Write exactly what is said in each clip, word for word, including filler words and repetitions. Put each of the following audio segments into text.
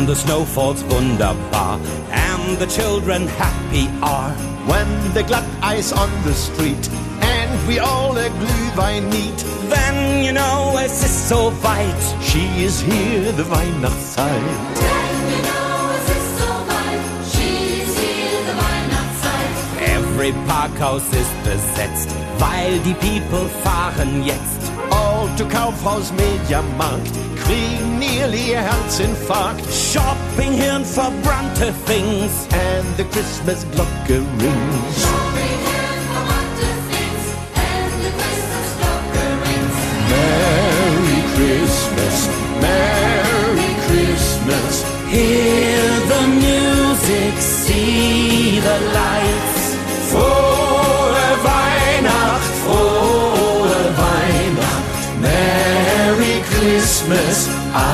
and the snow falls wunderbar, and the children happy are. When the Glatteis on the street, and we all a Glühwein need, then you know es ist so weit. She is here, the Weihnachtszeit. Then you know es ist so weit. She is here, the Weihnachtszeit. Every Parkhaus ist besetzt, weil die People fahren jetzt. All to Kaufhaus, Mediamarkt, kriegen nearly a Herzinfarkt. Shopping hirn verbrannte things, and the Christmas Glocke rings. Shopping hirn verbrannte things, and the Christmas Glocke rings. Merry Christmas, Merry Christmas. Hear the music, see the lights. Frohe Weihnacht, frohe Weihnacht, Merry Christmas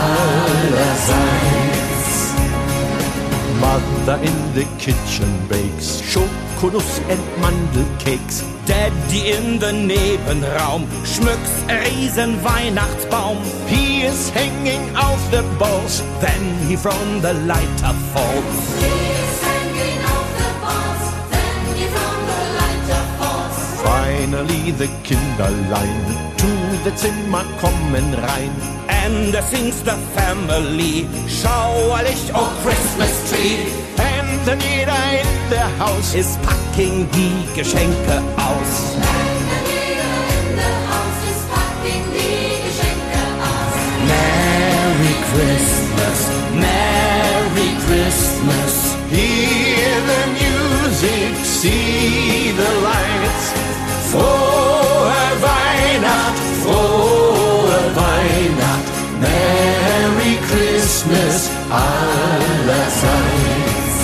allerseits. Mother in the kitchen bakes Schokonuss and Mandelkeks. Daddy in the Nebenraum schmückt a riesen Weihnachtsbaum. He is hanging off the balls, then he from the lighter falls. He is hanging off the balls, then he from the lighter falls. Finally the Kinderlein to the Zimmer kommen rein. And sings the family, schauerlich, oh Christmas tree. And then jeder in der Haus ist packing die Geschenke aus. And then jeder in der Haus ist packing die Geschenke aus. Merry Christmas, Merry Christmas. Hear the music, see the lights. Frohe Weihnacht, frohe Weihnacht, Merry Christmas allerseits.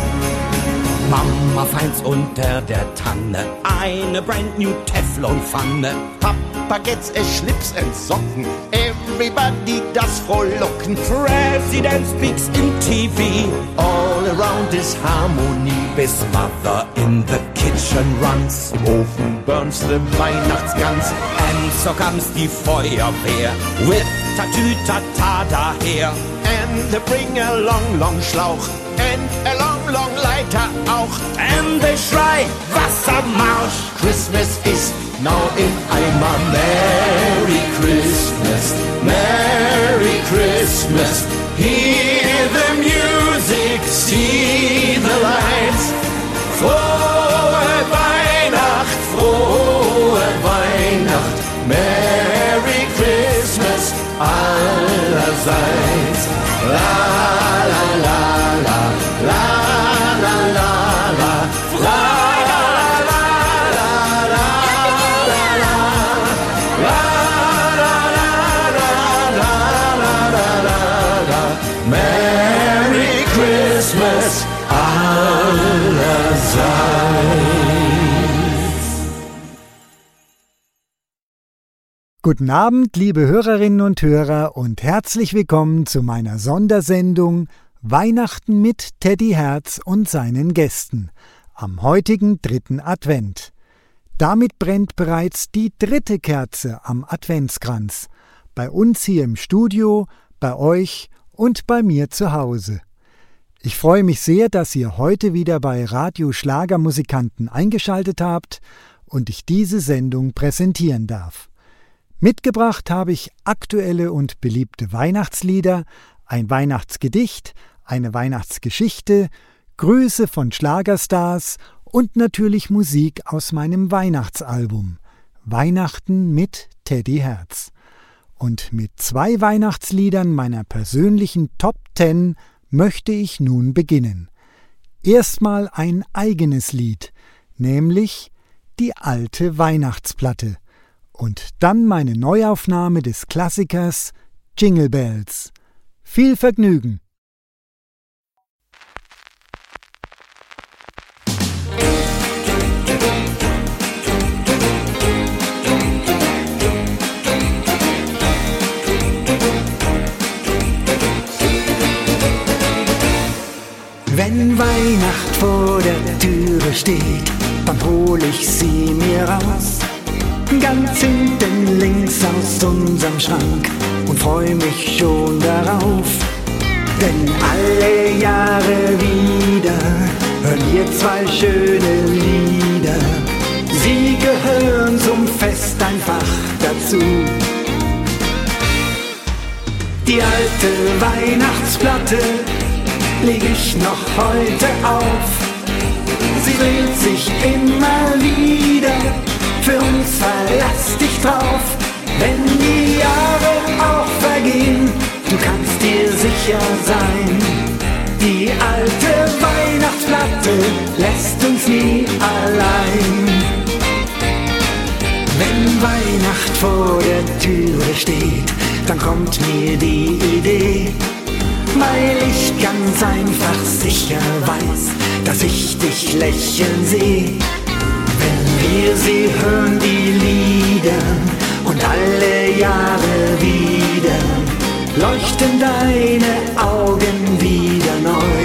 Mama feint's unter der Tanne, eine brand new Teflonpfanne. Papa gets a Schlips and Socken, everybody does frohlocken. President speaks in T V, all around is harmony. Bis Mother in the kitchen runs, im Ofen burns the Weihnachtsgans. And so comes die Feuerwehr, with Tatütata daher. And they bring a long, long Schlauch, and a long, long Leiter auch. And they schrei, Wassermarsch. Christmas is now in Eimer. Merry Christmas, Merry Christmas. Hear the music, see the lights. Frohe Weihnacht, frohe Weihnacht, Merry Christmas allerseits. La la la la, la la la la, la la la la, la la la, la la la la, la. Merry Christmas allerseits. Guten Abend, liebe Hörerinnen und Hörer, und herzlich willkommen zu meiner Sondersendung Weihnachten mit Teddy Herz und seinen Gästen am heutigen dritten Advent. Damit brennt bereits die dritte Kerze am Adventskranz, bei uns hier im Studio, bei euch und bei mir zu Hause. Ich freue mich sehr, dass ihr heute wieder bei Radio Schlagermusikanten eingeschaltet habt und ich diese Sendung präsentieren darf. Mitgebracht habe ich aktuelle und beliebte Weihnachtslieder, ein Weihnachtsgedicht, eine Weihnachtsgeschichte, Grüße von Schlagerstars und natürlich Musik aus meinem Weihnachtsalbum Weihnachten mit Teddy Herz. Und mit zwei Weihnachtsliedern meiner persönlichen Top Ten möchte ich nun beginnen. Erstmal ein eigenes Lied, nämlich Die alte Weihnachtsplatte. Und dann meine Neuaufnahme des Klassikers Jingle Bells. Viel Vergnügen! Wenn Weihnacht vor der Türe steht, dann hol ich sie mir raus. Ganz hinten links aus unserem Schrank und freu mich schon darauf. Denn alle Jahre wieder hören wir zwei schöne Lieder. Sie gehören zum Fest einfach dazu. Die alte Weihnachtsplatte leg ich noch heute auf. Sie dreht sich immer wieder, für uns verlass dich drauf. Wenn die Jahre auch vergehen, du kannst dir sicher sein, die alte Weihnachtsplatte lässt uns nie allein. Wenn Weihnacht vor der Türe steht, dann kommt mir die Idee, weil ich ganz einfach sicher weiß, dass ich dich lächeln seh. Wenn wir sie hören, die Lieder, und alle Jahre wieder leuchten deine Augen wieder neu.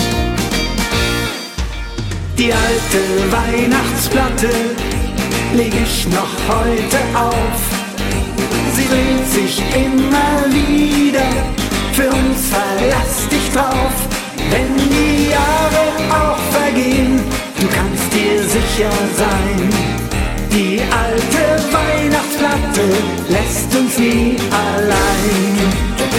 Die alte Weihnachtsplatte leg ich noch heute auf. Sie dreht sich immer wieder, für uns verlass dich drauf. Wenn die Jahre auch vergehen, du kannst dir sicher sein, die alte Weihnachtsplatte lässt uns nie allein.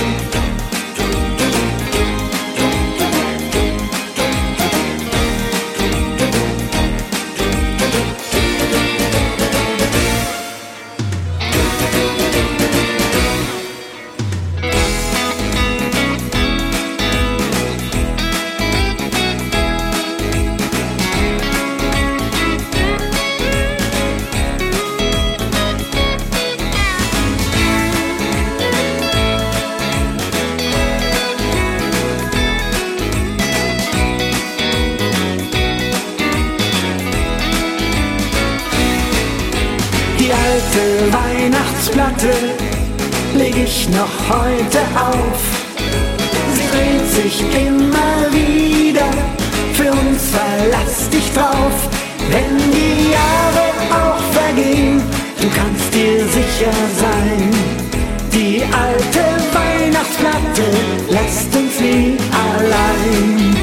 Weihnachtsplatte leg ich noch heute auf. Sie dreht sich immer wieder, für uns verlass dich drauf. Wenn die Jahre auch vergehen, du kannst dir sicher sein, die alte Weihnachtsplatte lässt uns nie allein.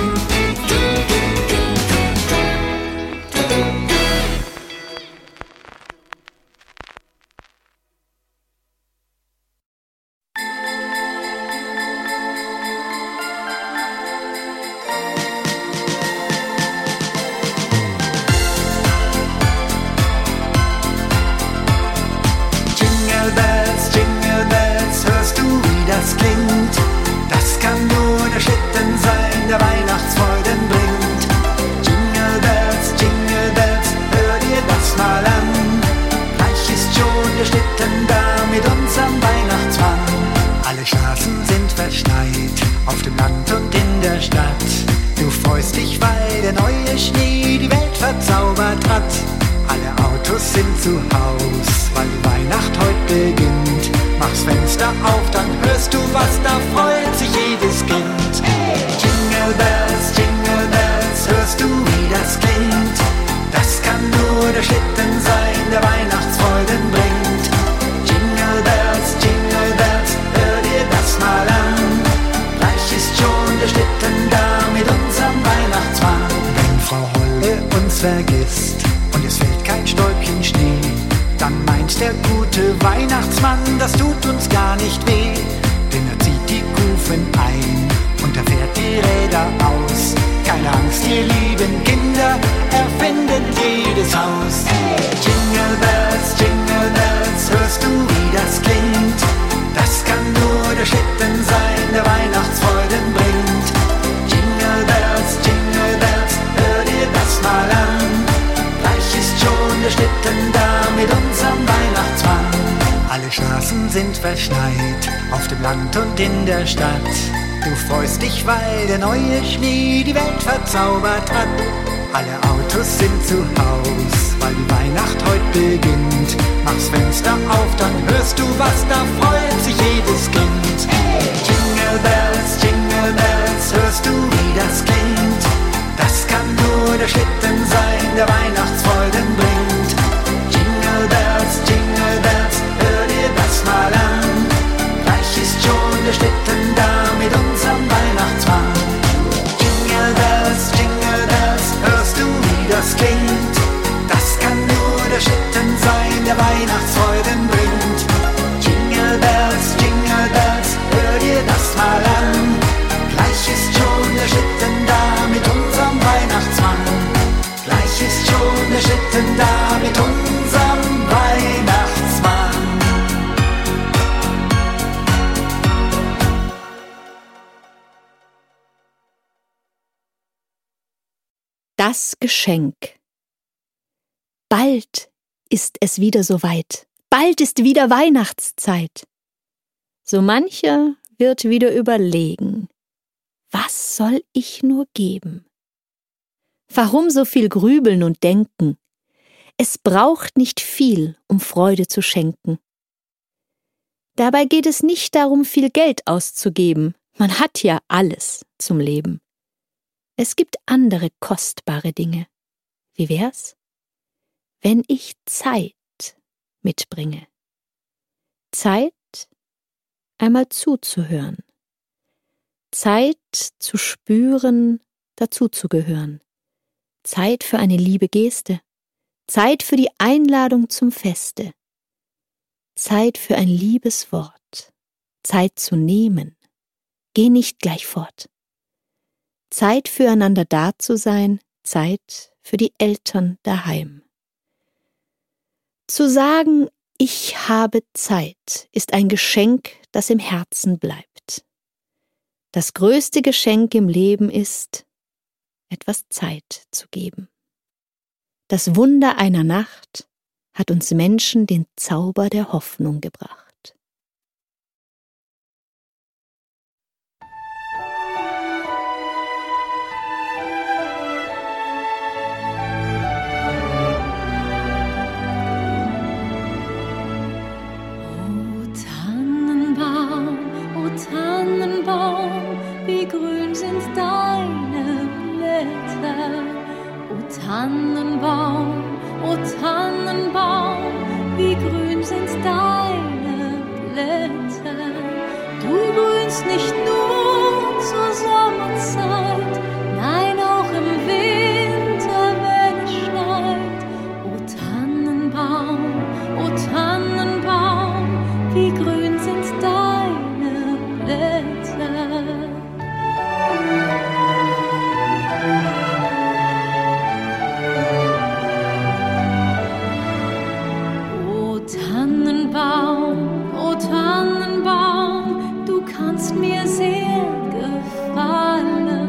Verzaubert hat. Alle Autos sind zu Haus, weil die Weihnacht heute beginnt. Mach's Fenster auf, dann hörst du was, da freut sich jedes Kind. Jingle Bells, Jingle Bells, hörst du, wie das klingt? Das kann nur der Schlitten sein, der Weihnachtsfreuden bringt. Jingle Bells, Jingle Bells, hör dir das mal an. Gleich ist schon der Schlitten da mit unserem Weihnachtsmann. Das Geschenk. Bald ist es wieder soweit. Bald ist wieder Weihnachtszeit. So mancher wird wieder überlegen, was soll ich nur geben? Warum so viel grübeln und denken? Es braucht nicht viel, um Freude zu schenken. Dabei geht es nicht darum, viel Geld auszugeben. Man hat ja alles zum Leben. Es gibt andere kostbare Dinge. Wie wär's, wenn ich Zeit mitbringe? Zeit, einmal zuzuhören. Zeit zu spüren, dazuzugehören. Zeit für eine liebe Geste. Zeit für die Einladung zum Feste. Zeit für ein liebes Wort. Zeit zu nehmen. Geh nicht gleich fort. Zeit füreinander da zu sein. Zeit für die Eltern daheim. Zu sagen, ich habe Zeit, ist ein Geschenk, das im Herzen bleibt. Das größte Geschenk im Leben ist, etwas Zeit zu geben. Das Wunder einer Nacht hat uns Menschen den Zauber der Hoffnung gebracht. O Tannenbaum, o Tannenbaum, wie grün sind deine Blätter. O Tannenbaum, o Tannenbaum, wie grün sind deine Blätter. Du grünst nicht nur zur Sommerzeit, nein, auch im Winter, wenn es schneit. O Tannenbaum, o Tannenbaum, wie grün sind deine Blätter. O Tannenbaum, o Tannenbaum, du kannst mir sehr gefallen.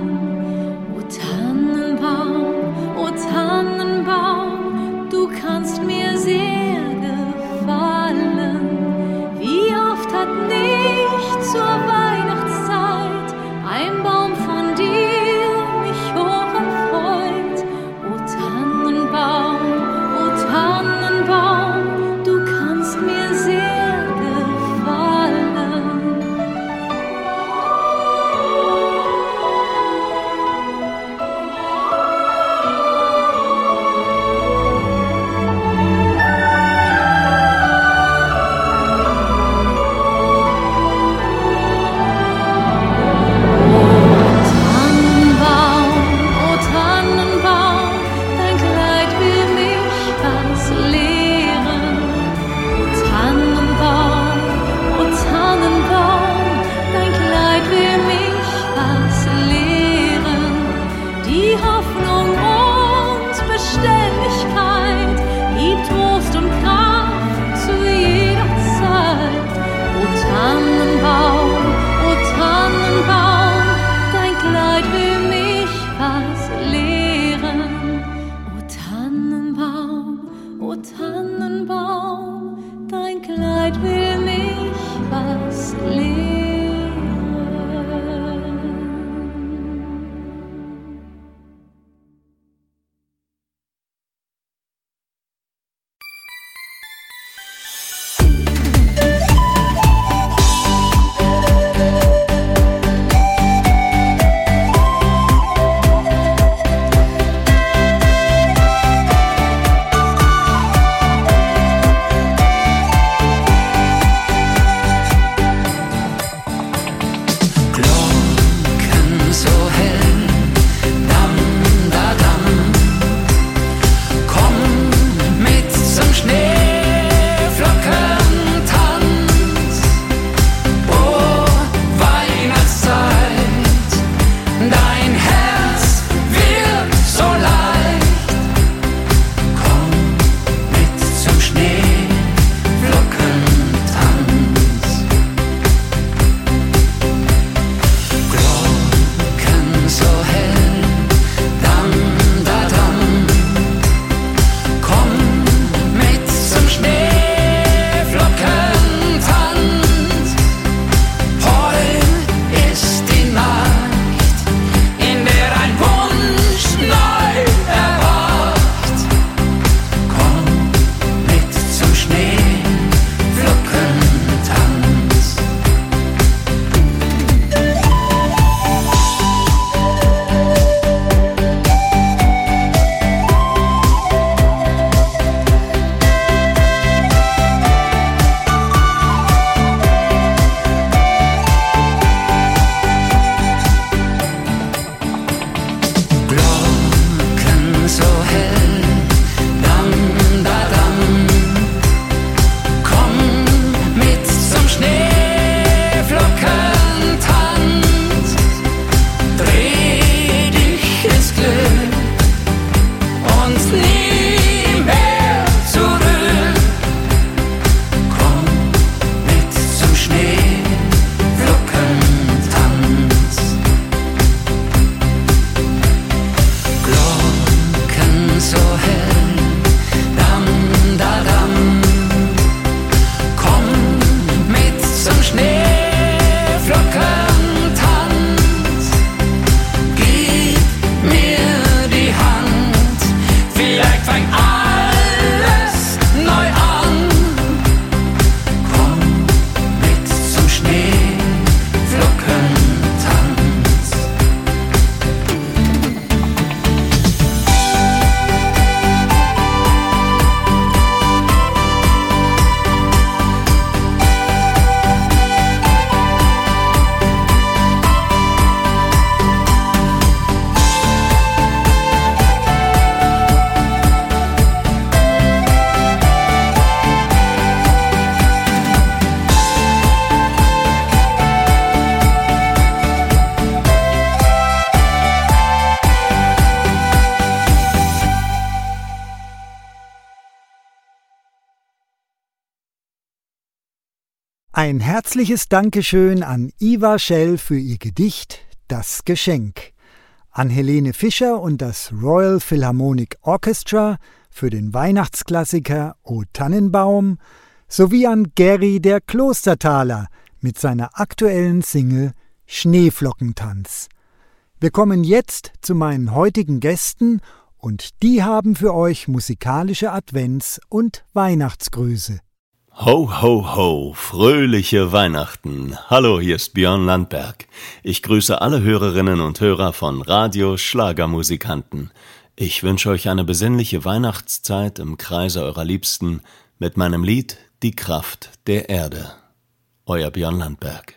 Ein herzliches Dankeschön an Iva Schell für ihr Gedicht »Das Geschenk«, an Helene Fischer und das Royal Philharmonic Orchestra für den Weihnachtsklassiker »O Tannenbaum« sowie an Gary der Klostertaler mit seiner aktuellen Single »Schneeflockentanz«. Wir kommen jetzt zu meinen heutigen Gästen und die haben für euch musikalische Advents- und Weihnachtsgrüße. Ho, ho, ho, fröhliche Weihnachten. Hallo, hier ist Björn Landberg. Ich grüße alle Hörerinnen und Hörer von Radio Schlagermusikanten. Ich wünsche euch eine besinnliche Weihnachtszeit im Kreise eurer Liebsten mit meinem Lied Die Kraft der Erde. Euer Björn Landberg.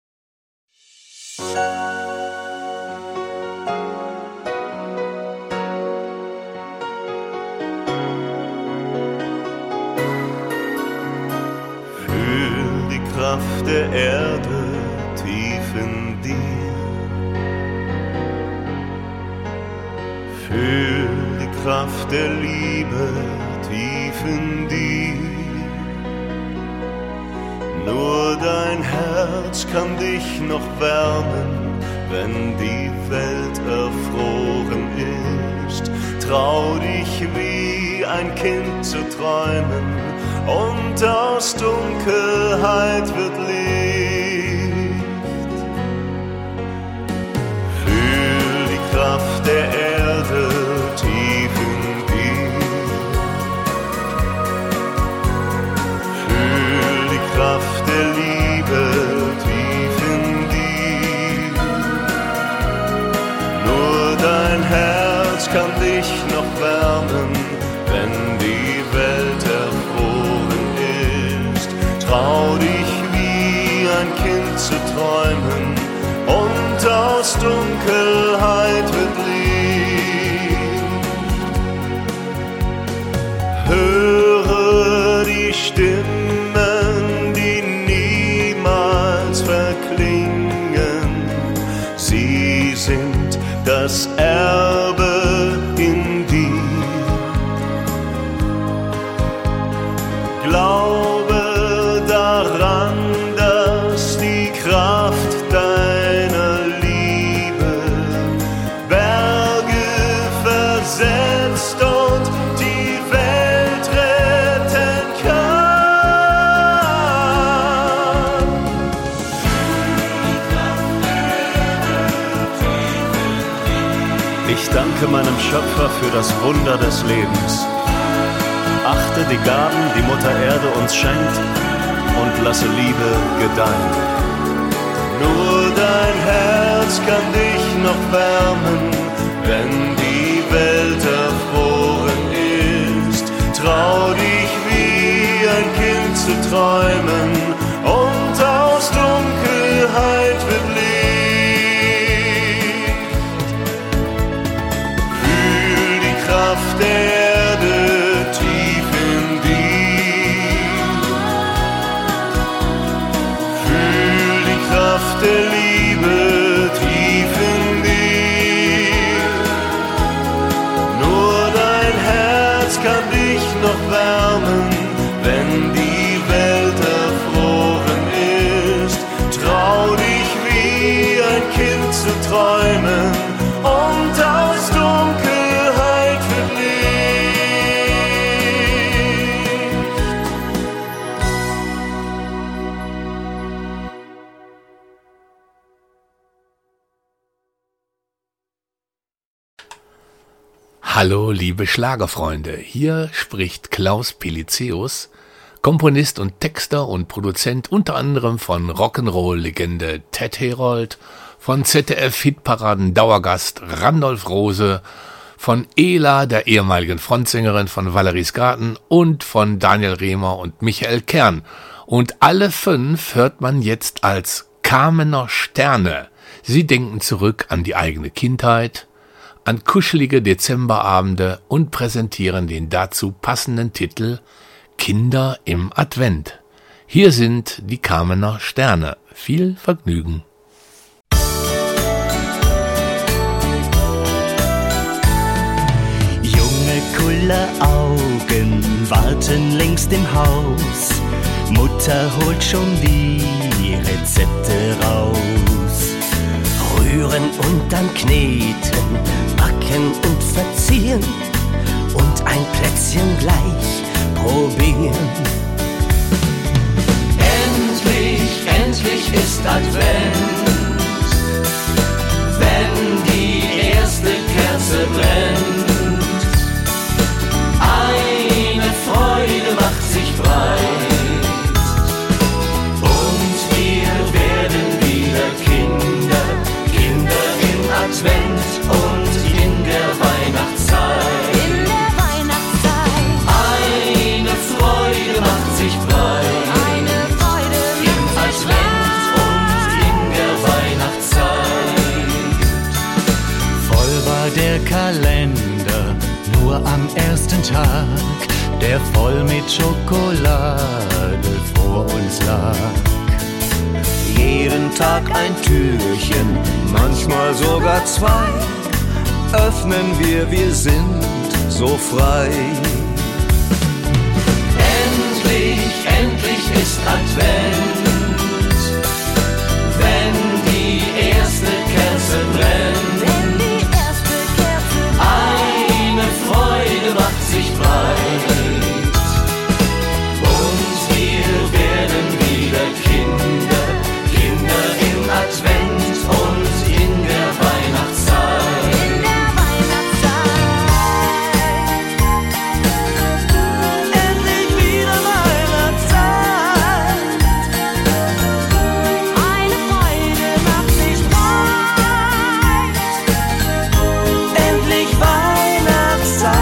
Kraft der Erde tief in dir. Fühl die Kraft der Liebe tief in dir. Nur dein Herz kann dich noch wärmen, wenn die Welt erfroren ist. Trau dich wie ein Kind zu träumen, und aus Dunkelheit wird Licht. Fühl die Kraft der Erde tief in dir. Fühl die Kraft der Liebe tief in dir. Nur dein Herz kann dich noch wärmen, wenn die Welt erfroren. Trau dich wie ein Kind zu träumen, und aus Dunkelheit wird Licht. Höre die Stimmen, die niemals verklingen. Sie sind das Erbe in dir. Glaube daran, dass die Kraft deiner Liebe Berge versetzt und die Welt retten kann. Ich danke meinem Schöpfer für das Wunder des Lebens. Achte die Gaben, die Mutter Erde uns schenkt, und lasse Liebe gedeihen. Nur dein Herz kann dich noch wärmen, wenn die Welt erfroren ist. Trau dich wie ein Kind zu träumen, und aus Dunkelheit wird Licht. Fühl die Kraft der Erde tief in dir. Fühl die Kraft der Liebe tief in dir. Nur dein Herz kann dich noch wärmen, wenn die Welt erfroren ist. Trau dich wie ein Kind zu träumen, und aus Dunkelheit wird Licht. Hallo liebe Schlagerfreunde, hier spricht Klaus Pilizeus, Komponist und Texter und Produzent unter anderem von Rock'n'Roll-Legende Ted Herold, von Z D F-Hitparaden-Dauergast Randolph Rose, von Ela, der ehemaligen Frontsängerin von Valeries Garten, und von Daniel Rehmer und Michael Kern. Und alle fünf hört man jetzt als Kamener Sterne. Sie denken zurück an die eigene Kindheit, an kuschelige Dezemberabende und präsentieren den dazu passenden Titel Kinder im Advent. Hier sind die Kamener Sterne. Viel Vergnügen. Junge, kulle Augen warten längst im Haus. Mutter holt schon die Rezepte raus. Rühren und dann kneten, backen und verzieren und ein Plätzchen gleich probieren. Endlich, endlich ist Advent, wenn die erste Kerze brennt. Eine Freude macht sich breit und wir werden wieder Kinder, Kinder im Advent und in der Weihnachtszeit. In der Weihnachtszeit. Eine Freude macht sich breit. Eine Freude Im macht sich Advent und in der Weihnachtszeit. Voll war der Kalender, nur am ersten Tag, der voll mit Schokolade vor uns lag. Jeden Tag ein Türchen, manchmal sogar zwei, öffnen wir, wir sind so frei. Endlich, endlich ist Advent, wenn die erste Kerze brennt. Wenn die erste Kerze Eine Freude macht sich breit und wir werden wieder Kinder, Kinder im Advent und in der Weihnachtszeit. in der Weihnachtszeit. Endlich wieder Weihnachtszeit. Eine Freude macht sich breit. Endlich Weihnachtszeit.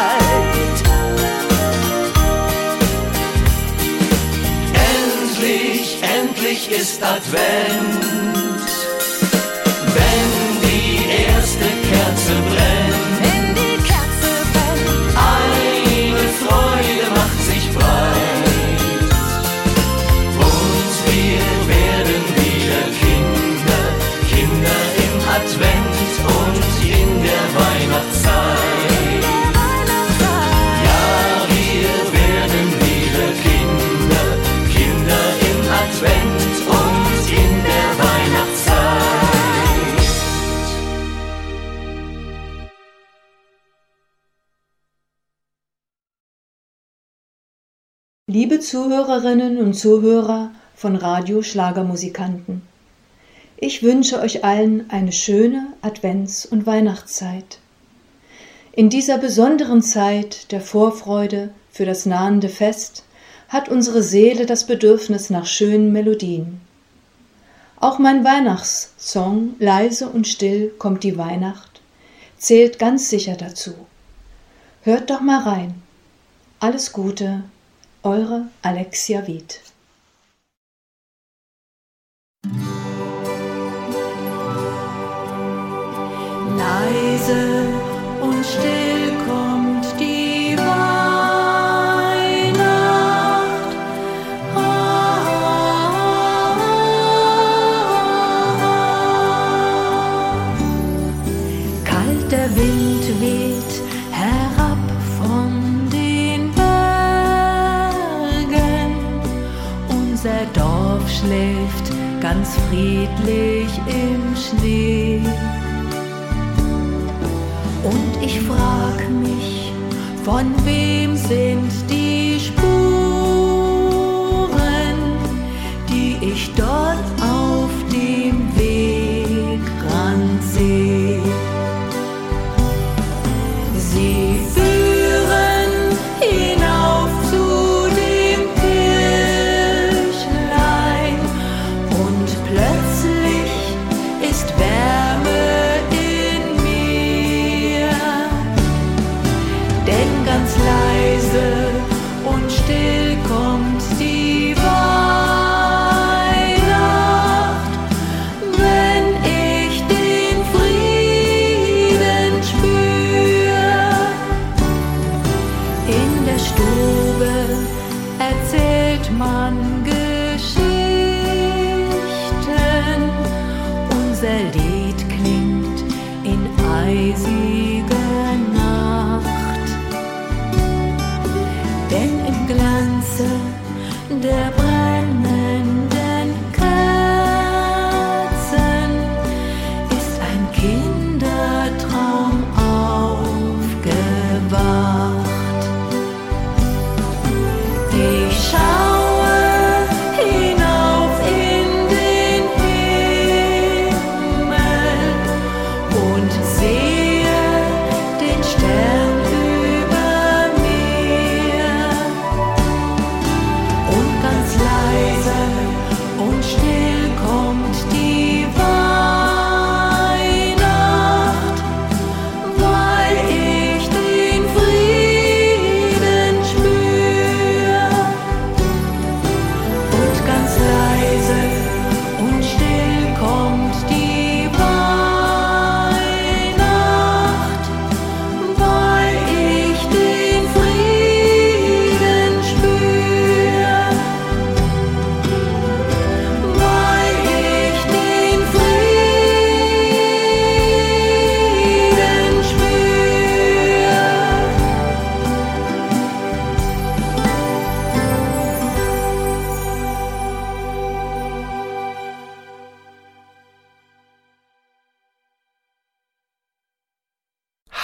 Endlich, endlich ist Advent, wenn die erste Kerze brennt. Wenn die Kerze brennt. Eine Freude macht sich breit und wir werden wieder Kinder, Kinder im Advent und in der Weihnachtszeit. Ja, wir werden wieder Kinder, Kinder im Advent und in der Weihnachtszeit. Liebe Zuhörerinnen und Zuhörer von Radio Schlagermusikanten, ich wünsche euch allen eine schöne Advents- und Weihnachtszeit. In dieser besonderen Zeit der Vorfreude für das nahende Fest hat unsere Seele das Bedürfnis nach schönen Melodien. Auch mein Weihnachtssong Leise und still kommt die Weihnacht zählt ganz sicher dazu. Hört doch mal rein. Alles Gute, eure Alexia Wied. Leise und still kommt die Weihnacht. Kalt der Wind weht herab von den Bergen. Unser Dorf schläft ganz friedlich im Schnee. Und ich frag mich, von wem sind die Spuren, die ich dort auf dem Wegrand seh. Sie führen hinauf zu dem Kirchlein und plötzlich ist Wärme in mir, denn ganz leise und still kommt die Weihnacht, wenn ich den Frieden spür. In der Stube erzählt man Geschichten, unser Lied klingt in eisiger Nacht, denn im Glanze der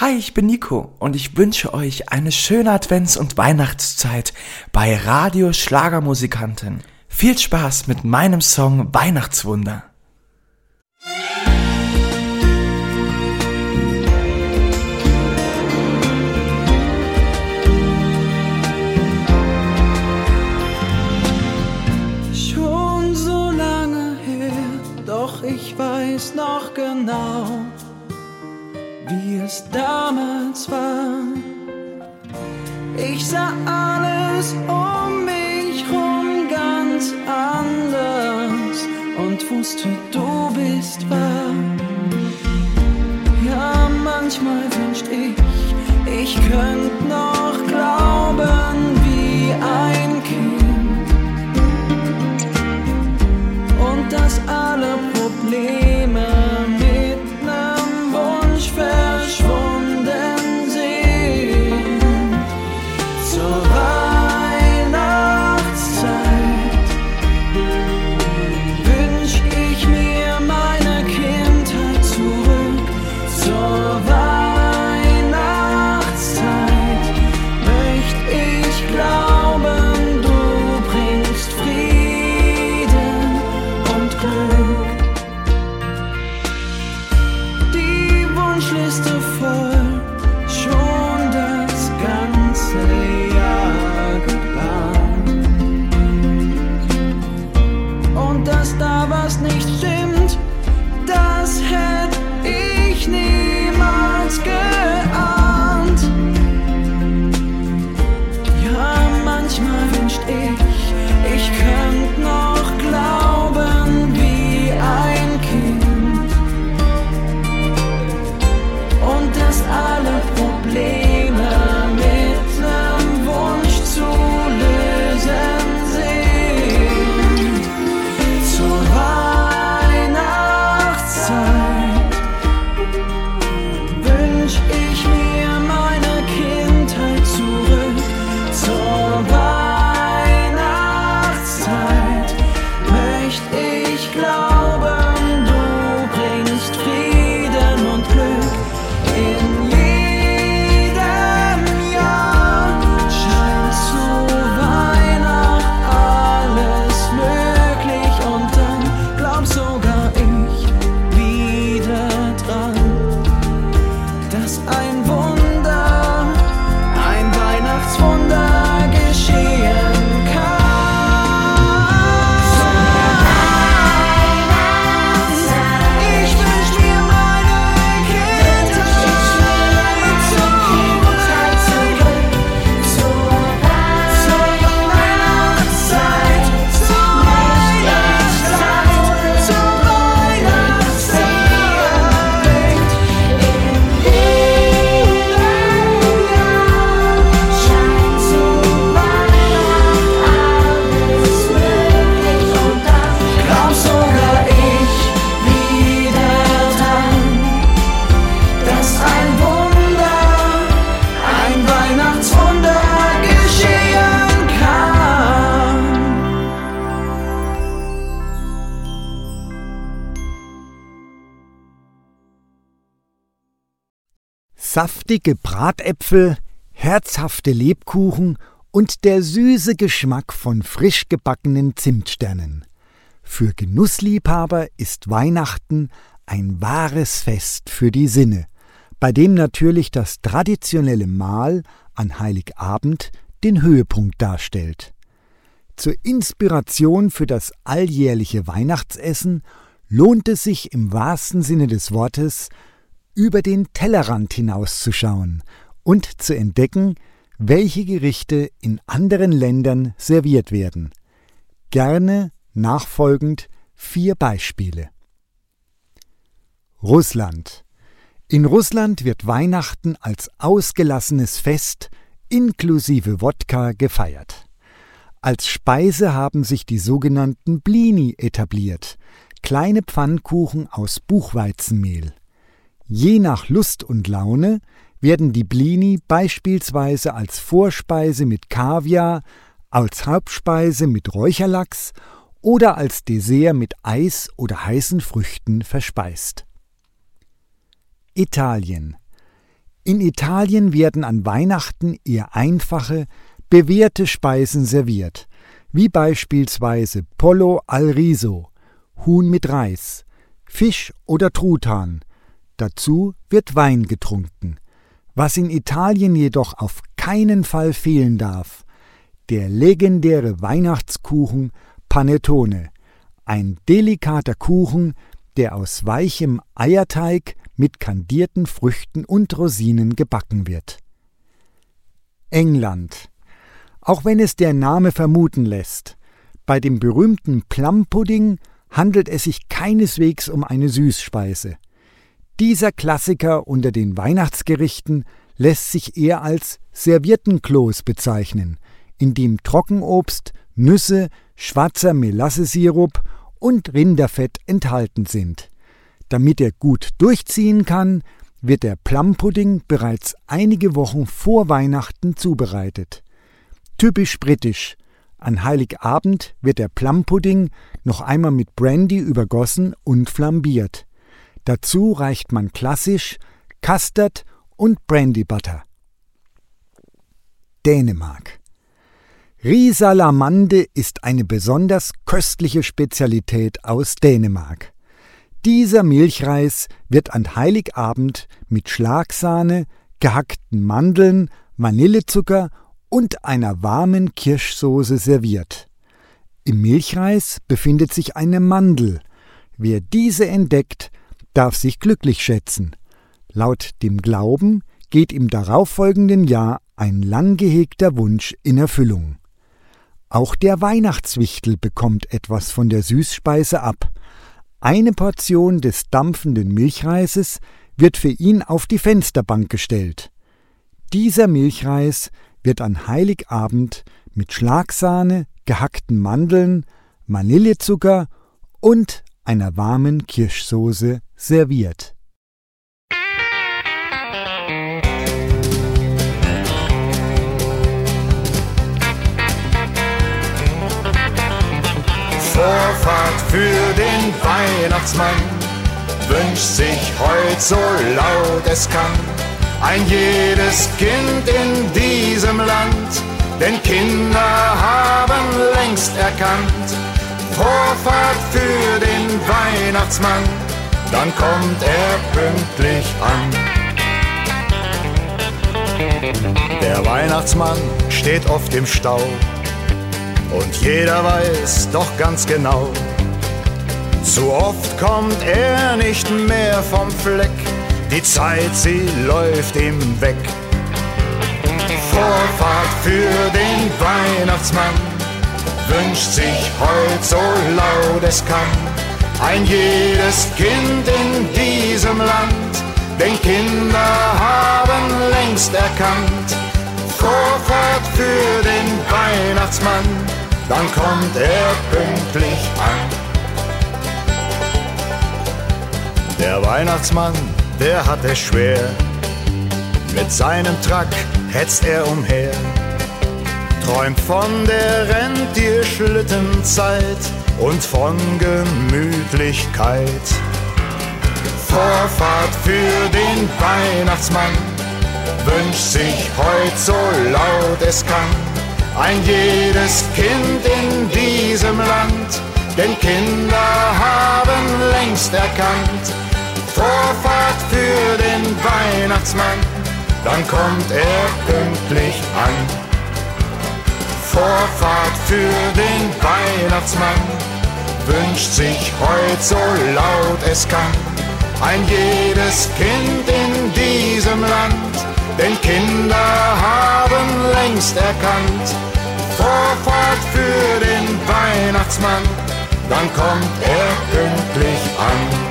Hi, ich bin Nico und ich wünsche euch eine schöne Advents- und Weihnachtszeit bei Radio Schlagermusikanten. Viel Spaß mit meinem Song Weihnachtswunder. Schon so lange her, doch ich weiß noch genau, wie es damals war. Ich sah alles um mich rum ganz anders und wusste, du bist wahr. Ja, manchmal wünscht ich, ich könnte noch glauben wie ein Kind und dass alle Probleme mit nem Wunsch verschwunden sind. Zur Weihnachtszeit wünsch ich mir meine Kindheit zurück. Zur Weihnachtszeit möcht ich glauben, du bringst Frieden und Glück. Die Wunschliste voll, schon das ganze Jahr geplant. Und dass da was nicht stimmt, das hätte ich niemals geahnt. Ja, manchmal wünscht ich, ich könnte noch glauben wie ein Kind und dass alle Probleme mit nem Wunsch zu lösen sind. Zur Weihnachtszeit wünsch ich mir meine Kindheit zurück. Zur Weihnachtszeit möcht ich glauben, du bringst Frieden und Glück. In jedem Jahr scheint zu Weihnacht alles möglich und dann glaub sogar ich wieder dran, dass ein Wunder, ein Weihnachtswunder geschehen kann. Ich wünsch mir meine Kindheit zurück. Zur Weihnachtszeit, zur Weihnachtszeit, zur Weihnachtszeit. In jedem Jahr scheint zu Weihnacht alles möglich und dann glaub sogar ich wieder dran, dass ein Wunder, ein Weihnachtswunder geschehen kann. Saftige Bratäpfel, herzhafte Lebkuchen und der süße Geschmack von frisch gebackenen Zimtsternen. Für Genussliebhaber ist Weihnachten ein wahres Fest für die Sinne, bei dem natürlich das traditionelle Mahl an Heiligabend den Höhepunkt darstellt. Zur Inspiration für das alljährliche Weihnachtsessen lohnt es sich im wahrsten Sinne des Wortes, über den Tellerrand hinauszuschauen und zu entdecken, welche Gerichte in anderen Ländern serviert werden. Gerne nachfolgend vier Beispiele. Russland. In Russland wird Weihnachten als ausgelassenes Fest inklusive Wodka gefeiert. Als Speise haben sich die sogenannten Blini etabliert, kleine Pfannkuchen aus Buchweizenmehl. Je nach Lust und Laune werden die Blini beispielsweise als Vorspeise mit Kaviar, als Hauptspeise mit Räucherlachs oder als Dessert mit Eis oder heißen Früchten verspeist. Italien. In Italien werden an Weihnachten eher einfache, bewährte Speisen serviert, wie beispielsweise Pollo al Riso, Huhn mit Reis, Fisch oder Truthahn. Dazu wird Wein getrunken. Was in Italien jedoch auf keinen Fall fehlen darf: der legendäre Weihnachtskuchen Panettone, ein delikater Kuchen, der aus weichem Eierteig mit kandierten Früchten und Rosinen gebacken wird. England. Auch wenn es der Name vermuten lässt, bei dem berühmten Plum-Pudding handelt es sich keineswegs um eine Süßspeise. Dieser Klassiker unter den Weihnachtsgerichten lässt sich eher als Serviettenkloß bezeichnen, in dem Trockenobst, Nüsse, schwarzer Melassesirup und Rinderfett enthalten sind. Damit er gut durchziehen kann, wird der Plum-Pudding bereits einige Wochen vor Weihnachten zubereitet. Typisch britisch: an Heiligabend wird der Plum-Pudding noch einmal mit Brandy übergossen und flambiert. Dazu reicht man klassisch Custard und Brandy Butter. Dänemark. Risalamande ist eine besonders köstliche Spezialität aus Dänemark. Dieser Milchreis wird an Heiligabend mit Schlagsahne, gehackten Mandeln, Vanillezucker und einer warmen Kirschsoße serviert. Im Milchreis befindet sich eine Mandel. Wer diese entdeckt, darf sich glücklich schätzen. Laut dem Glauben geht im darauffolgenden Jahr ein lang gehegter Wunsch in Erfüllung. Auch der Weihnachtswichtel bekommt etwas von der Süßspeise ab. Eine Portion des dampfenden Milchreises wird für ihn auf die Fensterbank gestellt. Dieser Milchreis wird an Heiligabend mit Schlagsahne, gehackten Mandeln, Vanillezucker und einer warmen Kirschsoße serviert. Vorfahrt für den Weihnachtsmann wünscht sich heut so laut es kann ein jedes Kind in diesem Land, denn Kinder haben längst erkannt. Vorfahrt für den Weihnachtsmann, dann kommt er pünktlich an. Der Weihnachtsmann steht oft im Stau und jeder weiß doch ganz genau, zu oft kommt er nicht mehr vom Fleck, die Zeit, sie läuft ihm weg. Vorfahrt für den Weihnachtsmann wünscht sich heut so laut es kann ein jedes Kind in diesem Land, denn Kinder haben längst erkannt. Vorfahrt für den Weihnachtsmann, dann kommt er pünktlich an. Der Weihnachtsmann, der hat es schwer, mit seinem Truck hetzt er umher, träumt von der Rentierschlittenzeit und von Gemütlichkeit. Vorfahrt für den Weihnachtsmann wünscht sich heut so laut es kann ein jedes Kind in diesem Land, denn Kinder haben längst erkannt. Vorfahrt für den Weihnachtsmann, dann kommt er pünktlich an. Vorfahrt für den Weihnachtsmann wünscht sich heut so laut es kann ein jedes Kind in diesem Land, denn Kinder haben längst erkannt. Vorfahrt für den Weihnachtsmann, dann kommt er pünktlich an.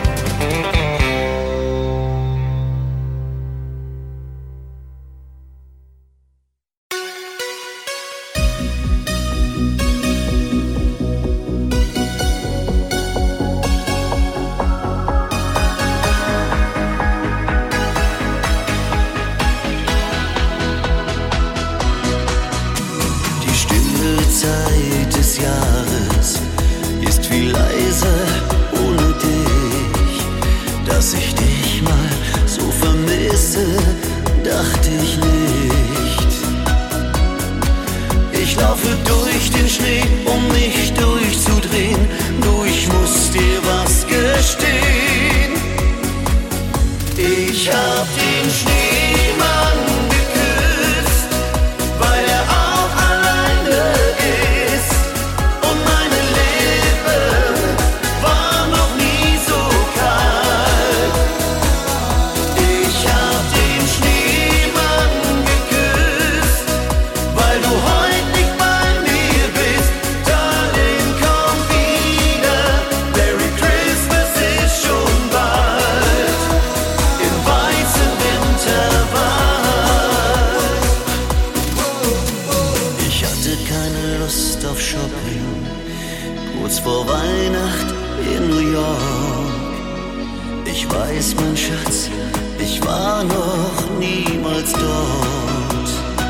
Zeit des Jahres ist viel leiser ohne dich. dachte ich nicht. Ich laufe durch den Schnee, um nicht durchzudrehen. Du, ich muss dir was gestehen. Ich hab den Schneemann geküsst, weil er auch alleine ist. Und meine Lippe war noch nie so kalt. Ich hab den Schneemann geküsst, weil du heute nicht bei mir bist. Darling, komm wieder, Merry Christmas ist schon bald. Im weißen Winterwald. Ich hatte keine Lust auf Shopping, kurz vor Weihnacht in New York. Ich weiß, mein Schatz, ich war noch niemals dort.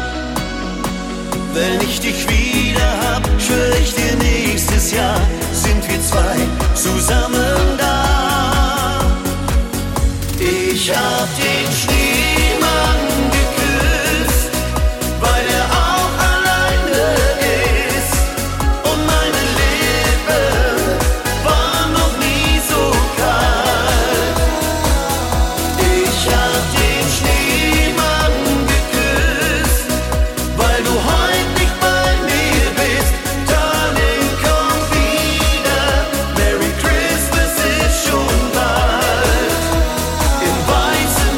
Wenn ich dich wieder hab, schwör ich dir, nächstes Jahr sind wir zwei zusammen da. Ich hab den Schneemann geküsst, weil er auch alleine ist. Und meine Lippe war noch nie so kalt. Ich hab den Schneemann geküsst, weil du heute nicht bei mir bist. Darling, komm wieder, Merry Christmas ist schon bald. Im weißen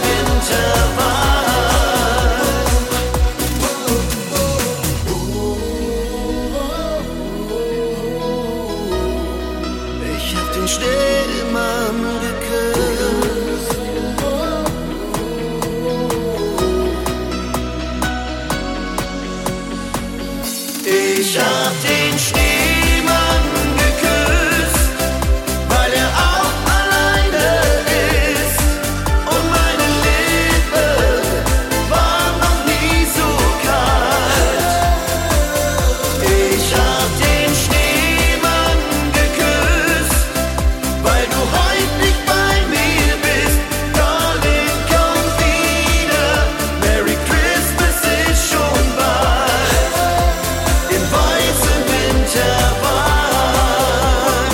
Winterwald. Ich hab den Schneemann geküsst. Ich hab den Schneemann geküsst, weil er auch alleine ist. Und meine Lippe war noch nie so kalt. Ich hab den Schneemann geküsst, weil du heute nicht bei mir bist. Darling, komm wieder, Merry Christmas ist schon bald. Im weißen Winterwald.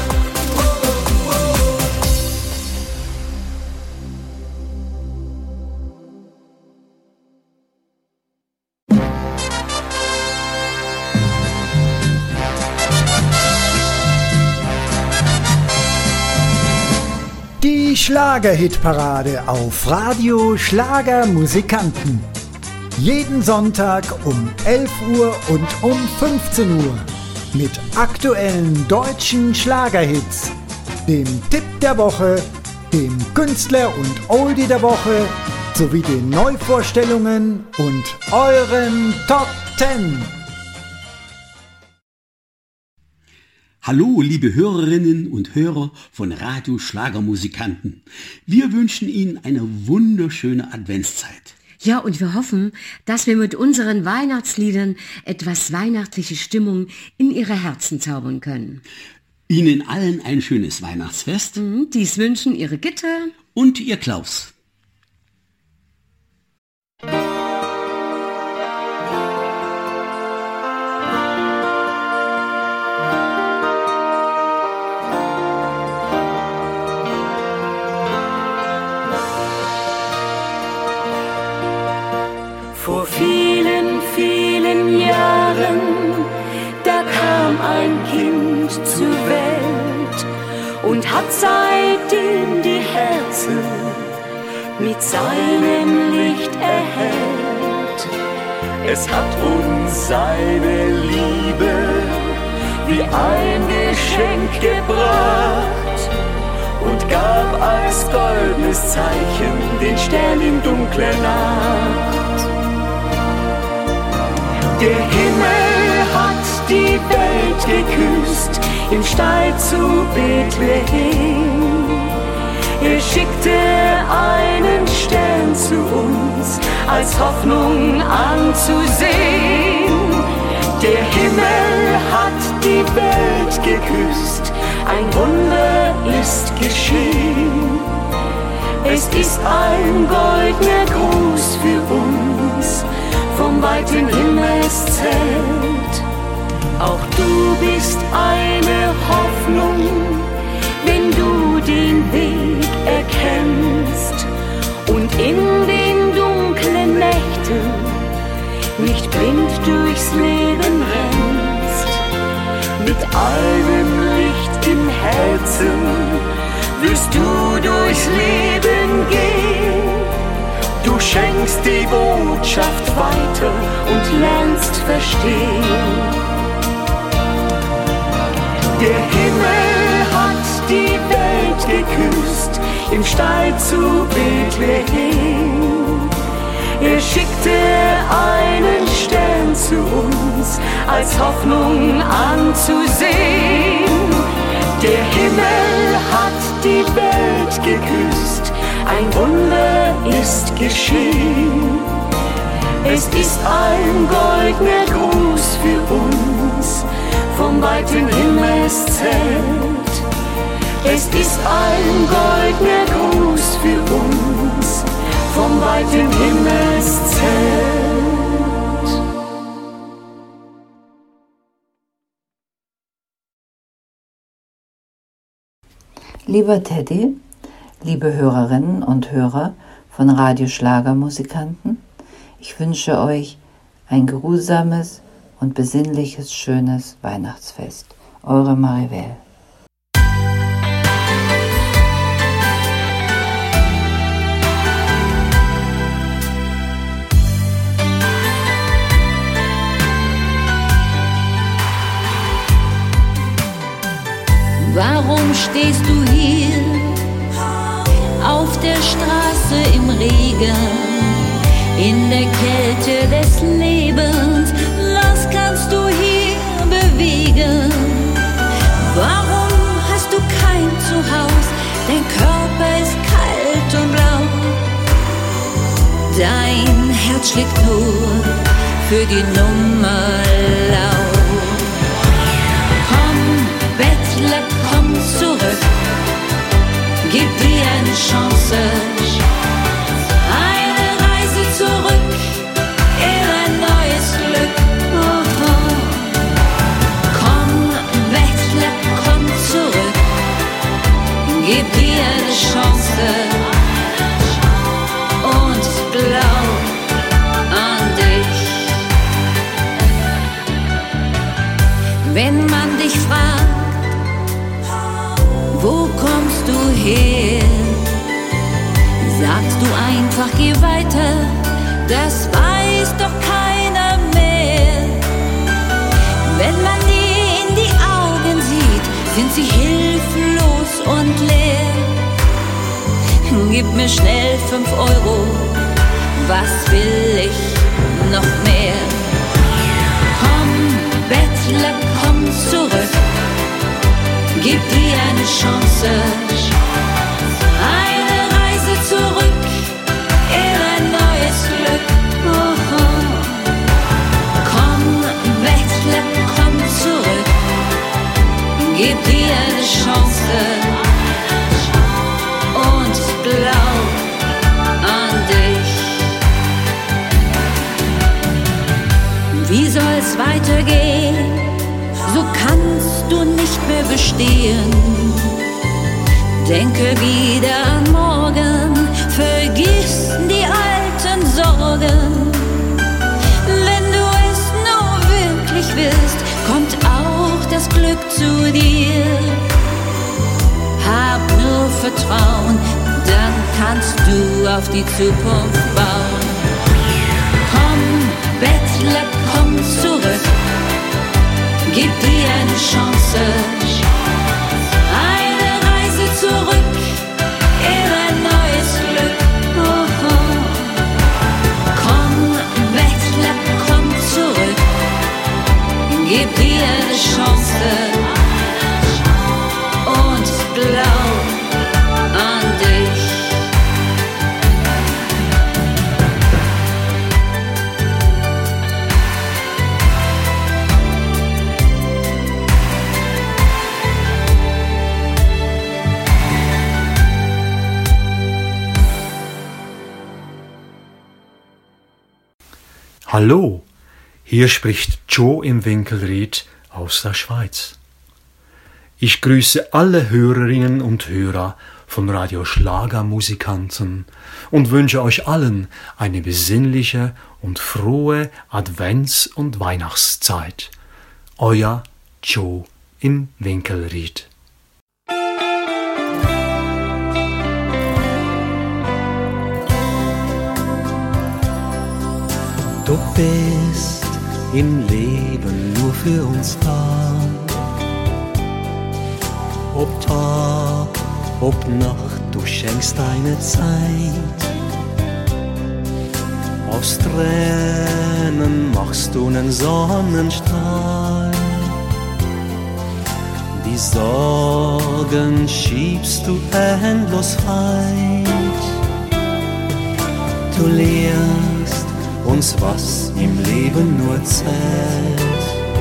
Die Schlagerhitparade auf Radio Schlagermusikanten. Jeden Sonntag um elf Uhr und um fünfzehn Uhr. Mit aktuellen deutschen Schlagerhits, dem Tipp der Woche, dem Künstler und Oldie der Woche sowie den Neuvorstellungen und euren Top Ten. Hallo, liebe Hörerinnen und Hörer von Radio Schlagermusikanten. Wir wünschen Ihnen eine wunderschöne Adventszeit. Ja, und wir hoffen, dass wir mit unseren Weihnachtsliedern etwas weihnachtliche Stimmung in Ihre Herzen zaubern können. Ihnen allen ein schönes Weihnachtsfest. Mhm, dies wünschen Ihre Gitter und Ihr Klaus. Vor vielen, vielen Jahren, da kam ein Kind zur Welt und hat seitdem die Herzen mit seinem Licht erhellt. Es hat uns seine Liebe wie ein Geschenk gebracht und gab als goldenes Zeichen den Stern in dunkler Nacht. Der Himmel hat die Welt geküsst im Stall zu Bethlehem. Er schickte einen Stern zu uns als Hoffnung anzusehen. Der Himmel hat die Welt geküsst, ein Wunder ist geschehen. Es ist ein goldener Gruß für uns nicht blind durchs Leben rennst, mit einem Licht im Herzen wirst du durchs Leben gehen. Du schenkst die Botschaft weiter und lernst verstehen. Der Himmel hat die Welt geküsst im Stall zu Bethlehem. Er schickte einen Stern zu uns, als Hoffnung anzusehen. Der Himmel hat die Welt geküsst, ein Wunder ist geschehen. Es ist ein goldener Gruß für uns vom weiten Himmelszelt. Es ist ein goldener Gruß für uns vom weiten Himmelszelt. Lieber Teddy, liebe Hörerinnen und Hörer von Radio Schlagermusikanten, ich wünsche euch ein geruhsames und besinnliches, schönes Weihnachtsfest. Eure Marivelle. Warum stehst du hier auf der Straße im Regen, in der Kälte des Lebens? Was kannst du hier bewegen? Warum hast du kein Zuhause? Dein Körper ist kalt und blau. Dein Herz schlägt nur für die Nummer laut. Komm, Bettler, komm zurück, gib dir eine Chance, eine Reise zurück in ein neues Glück. Oh, oh. Komm, Bettler, komm zurück, gib dir eine Chance und glaub an dich. Wenn man dich fragt, wo kommst du her? Sagst du einfach, geh weiter, das weiß doch keiner mehr. Wenn man dir in die Augen sieht, sind sie hilflos und leer. Gib mir schnell fünf Euro, was will ich noch mehr? Komm, Bettler, komm zurück, gib dir eine Chance, eine Reise zurück in ein neues Glück. Oh, oh. Komm, Bettler, komm zurück, gib dir eine Chance und glaub an dich. Wie soll's weitergehen? So kannst du nicht mehr bestehen. Denke wieder an morgen, vergiss die alten Sorgen. Wenn du es nur wirklich willst, kommt auch das Glück zu dir. Hab nur Vertrauen, dann kannst du auf die Zukunft bauen. Komm, Bettler, komm zurück, gib dir eine Chance, eine Reise zurück in ein neues Glück. Oh, oh. Komm, Bettler, komm zurück, gib dir eine Chance und glaub an dich. Hallo, hier spricht Joe im Winkelried aus der Schweiz. Ich grüße alle Hörerinnen und Hörer von Radio Schlagermusikanten und wünsche euch allen eine besinnliche und frohe Advents- und Weihnachtszeit. Euer Joe im Winkelried. Du bist im Leben nur für uns da. Ob Tag, ob Nacht, du schenkst deine Zeit. Aus Tränen machst du nen Sonnenstrahl. Die Sorgen schiebst du endlos weit. Du lehrst uns, was im Leben nur zählt.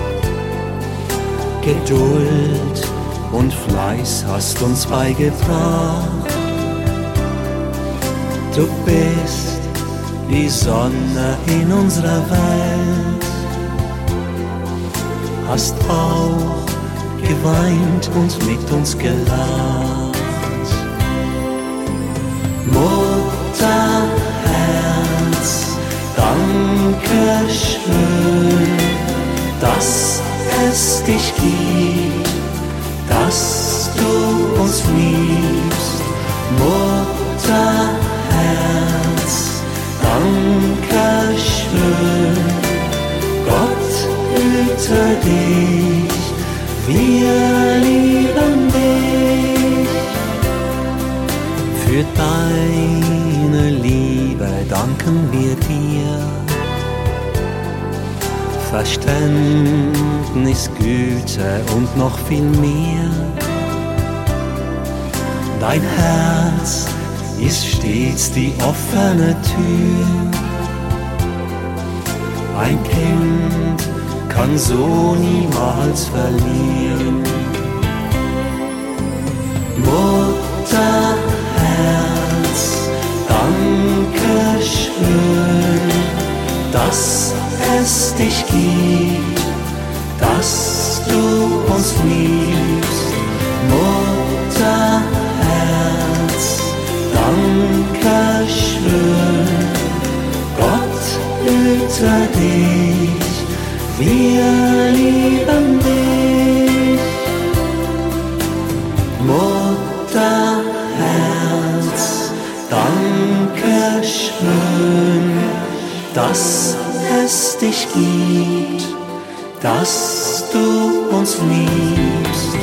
Geduld und Fleiß hast uns beigebracht. Du bist die Sonne in unserer Welt. Hast auch geweint und mit uns gelacht. Mutterherz, danke schön, dass es dich gibt, dass du uns liebst. Mutterherz, danke schön, Gott hüte dich, wir lieben dich. Für deine Liebe danken wir dir. Verständnis, Güte und noch viel mehr. Dein Herz ist stets die offene Tür. Ein Kind kann so niemals verlieren. Mutterherz, danke schön, dass es dich gibt, dass du uns liebst. Mutterherz, danke schön, Gott hüte dich, wir lieben dich. Mutterherz, danke schön, dass es dich gibt, dass du uns liebst.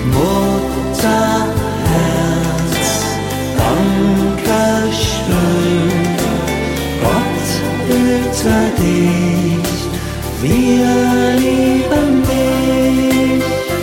Mutterherz, danke schön, Gott hüte dich, wir lieben dich.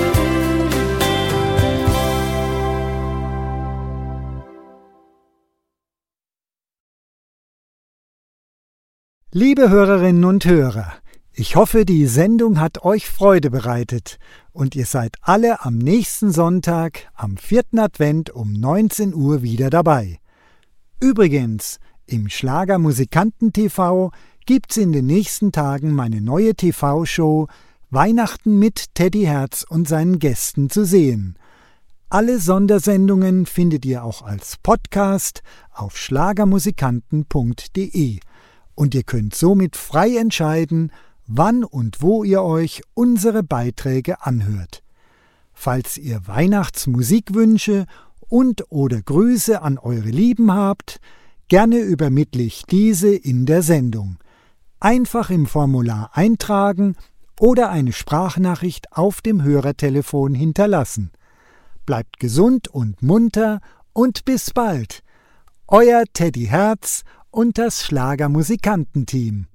Liebe Hörerinnen und Hörer, ich hoffe, die Sendung hat euch Freude bereitet und ihr seid alle am nächsten Sonntag, am vierten Advent um neunzehn Uhr wieder dabei. Übrigens, im Schlagermusikanten-T V gibt's in den nächsten Tagen meine neue T V-Show Weihnachten mit Teddy Herz und seinen Gästen zu sehen. Alle Sondersendungen findet ihr auch als Podcast auf schlagermusikanten punkt de. Und ihr könnt somit frei entscheiden, wann und wo ihr euch unsere Beiträge anhört. Falls ihr Weihnachtsmusikwünsche und oder Grüße an eure Lieben habt, gerne übermittle ich diese in der Sendung. Einfach im Formular eintragen oder eine Sprachnachricht auf dem Hörertelefon hinterlassen. Bleibt gesund und munter und bis bald. Euer Teddy Herz und das Schlagermusikantenteam.